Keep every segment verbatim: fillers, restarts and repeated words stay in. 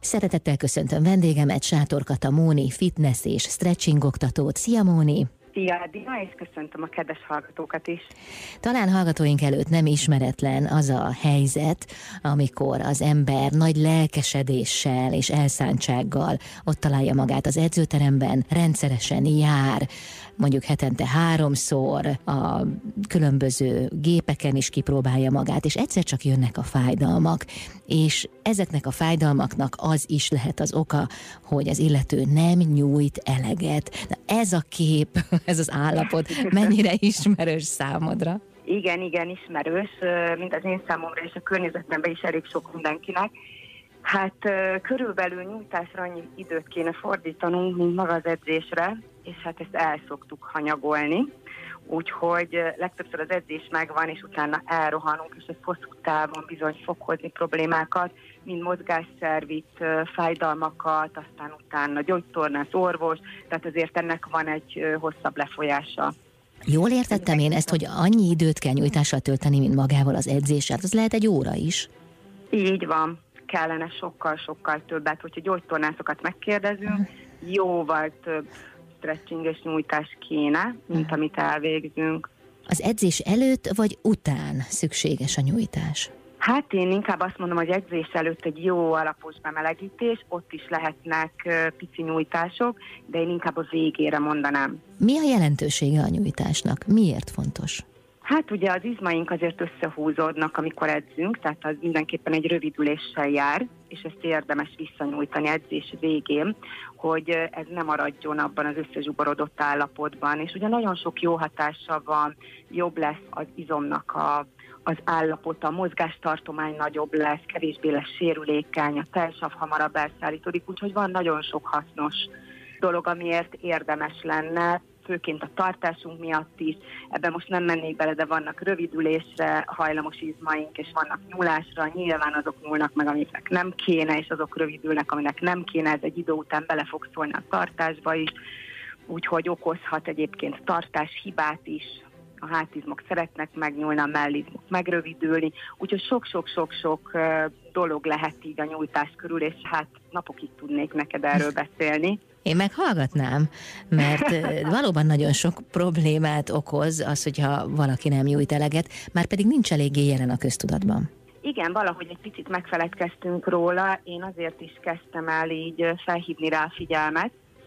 Szeretettel köszöntöm vendégemet, Sátor Kata Móni, fitness és stretching oktatót. Szia Móni! Szia, Dina, és köszöntöm a kedves hallgatókat is. Talán hallgatóink előtt nem ismeretlen az a helyzet, amikor az ember nagy lelkesedéssel és elszántsággal ott találja magát az edzőteremben, rendszeresen jár, mondjuk hetente háromszor, a különböző gépeken is kipróbálja magát, és egyszer csak jönnek a fájdalmak, és ezeknek a fájdalmaknak az is lehet az oka, hogy az illető nem nyújt eleget. Na ez a kép, ez az állapot mennyire ismerős számodra? Igen, igen, ismerős, mint az én számomra és a környezetemben is elég sok mindenkinek. Hát körülbelül nyújtásra annyi időt kéne fordítanunk, mint maga az edzésre, és hát ezt el szoktuk hanyagolni. Úgyhogy legtöbbször az edzés megvan, és utána elrohanunk, és ez hosszú távon bizony fog hozni problémákat, mint mozgásszervit, fájdalmakat, aztán utána gyógytornász, orvos, tehát azért ennek van egy hosszabb lefolyása. Jól értettem én ezt, hogy annyi időt kell nyújtással tölteni, mint magával az edzéssel, az lehet egy óra is? Így van, kellene sokkal-sokkal többet, hogyha gyógytornászokat megkérdezünk, jóval több stretching és nyújtás kéne, mint amit elvégzünk. Az edzés előtt vagy után szükséges a nyújtás? Hát én inkább azt mondom, hogy edzés előtt egy jó alapos bemelegítés, ott is lehetnek pici nyújtások, de én inkább a végére mondanám. Mi a jelentősége a nyújtásnak? Miért fontos? Hát ugye az izmaink azért összehúzódnak, amikor edzünk, tehát az mindenképpen egy rövidüléssel jár, és ezt érdemes visszanyújtani edzés végén, hogy ez nem maradjon abban az összezsugorodott állapotban, és ugye nagyon sok jó hatása van, jobb lesz az izomnak a, az állapota, a mozgástartomány nagyobb lesz, kevésbé lesz sérülékeny, a tejsav hamarabb elszállítódik, úgyhogy van nagyon sok hasznos dolog, amiért érdemes lenne, főként a tartásunk miatt is. Ebben most nem mennék bele, de vannak rövidülésre hajlamos izmaink, és vannak nyúlásra. Nyilván azok nyúlnak meg, amiknek nem kéne, és azok rövidülnek, aminek nem kéne. Ez egy idő után bele fog szólni a tartásba is, úgyhogy okozhat egyébként tartáshibát is. A hátizmok szeretnek megnyúlni, a mellizmok megrövidülni, úgyhogy sok-sok-sok-sok dolog lehet így a nyújtás körül, és hát napokig tudnék neked erről beszélni. Én meghallgatnám, mert valóban nagyon sok problémát okoz az, hogyha valaki nem nyújt eleget, már pedig nincs eléggé jelen a köztudatban. Igen, valahogy egy picit megfeledkeztünk róla, én azért is kezdtem el így felhívni rá a figyelmet,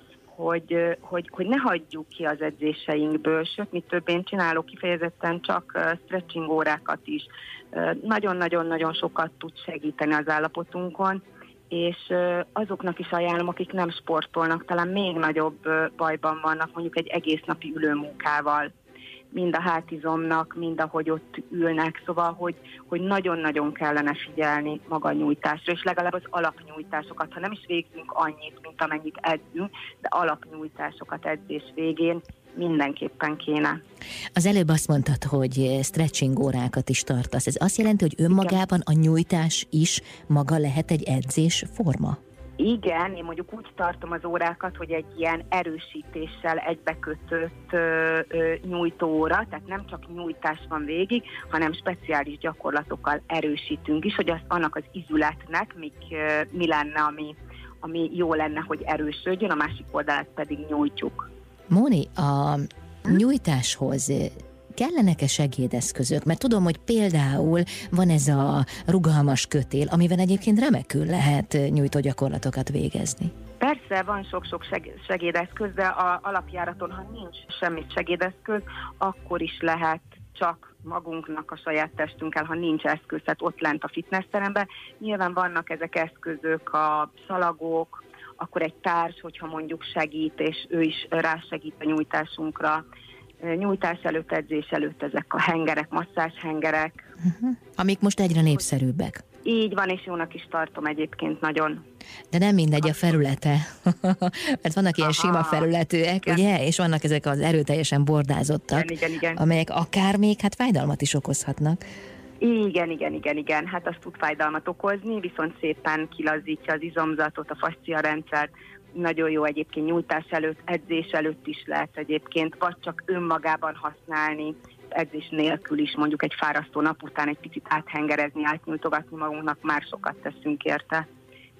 hogy, hogy, hogy ne hagyjuk ki az edzéseinkből, sőt, mit több én csinálok kifejezetten csak stretching órákat is. Nagyon-nagyon-nagyon sokat tud segíteni az állapotunkon, és azoknak is ajánlom, akik nem sportolnak, talán még nagyobb bajban vannak, mondjuk egy egész napi ülőmunkával, mind a hátizomnak, mind ahogy ott ülnek, szóval, hogy, hogy nagyon-nagyon kellene figyelni maga a nyújtásra, és legalább az alapnyújtásokat, ha nem is végzünk annyit, mint amennyit edzünk, de alapnyújtásokat edzés végén mindenképpen kéne. Az előbb azt mondtad, hogy stretching órákat is tartasz. Ez azt jelenti, hogy önmagában a nyújtás is maga lehet egy edzés forma? Igen, én mondjuk úgy tartom az órákat, hogy egy ilyen erősítéssel egybekötött ö, ö, nyújtóóra, tehát nem csak nyújtás van végig, hanem speciális gyakorlatokkal erősítünk is, hogy az, annak az izületnek mik, ö, mi lenne, ami, ami jó lenne, hogy erősödjön, a másik oldalát pedig nyújtjuk. Móni, a nyújtáshoz kellenek-e segédeszközök? Mert tudom, hogy például van ez a rugalmas kötél, amivel egyébként remekül lehet nyújtó gyakorlatokat végezni. Persze, van sok-sok segédeszköz, de a alapjáraton, ha nincs semmi segédeszköz, akkor is lehet csak magunknak, a saját testünkkel, ha nincs eszköz, tehát ott lent a fitnessteremben. Nyilván vannak ezek eszközök, a szalagok, akkor egy társ, hogyha mondjuk segít, és ő is rásegít a nyújtásunkra. Nyújtás előtt, edzés előtt ezek a hengerek, masszázshengerek. Uh-huh. Amik most egyre népszerűbbek. Így van, és jónak is tartom egyébként nagyon. De nem mindegy a felülete, mert vannak ilyen Aha, sima felületűek, igen. Ugye? És vannak ezek az erőteljesen bordázottak, igen, igen, igen. amelyek akár még hát fájdalmat is okozhatnak. Igen, igen, igen, igen. Hát az tud fájdalmat okozni, viszont szépen kilazítja az izomzatot, a fascia rendszert. Nagyon jó egyébként nyújtás előtt, edzés előtt is lehet egyébként, vagy csak önmagában használni, edzés nélkül is, mondjuk egy fárasztó nap után egy picit áthengerezni, átnyújtogatni magunknak, már sokat teszünk érte.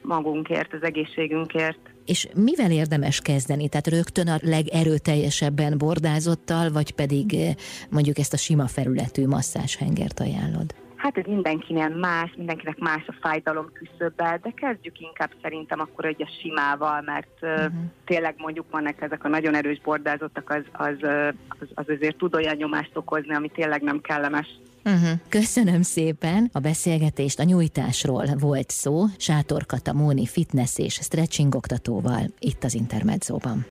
magunkért, az egészségünkért. És mivel érdemes kezdeni? Tehát rögtön a legerőteljesebben bordázottal, vagy pedig mondjuk ezt a sima felületű masszázshengert ajánlod? Hát ez mindenkinél más, mindenkinek más a fájdalom küszöbe, de kezdjük inkább szerintem akkor egy a simával, mert uh-huh. tényleg mondjuk vannak ezek a nagyon erős bordázottak, az, az, az, az azért tud olyan nyomást okozni, ami tényleg nem kellemes. Uh-huh. Köszönöm szépen a beszélgetést, a nyújtásról volt szó, Sátor Kata Móni fitness és stretching oktatóval itt az Intermedzóban.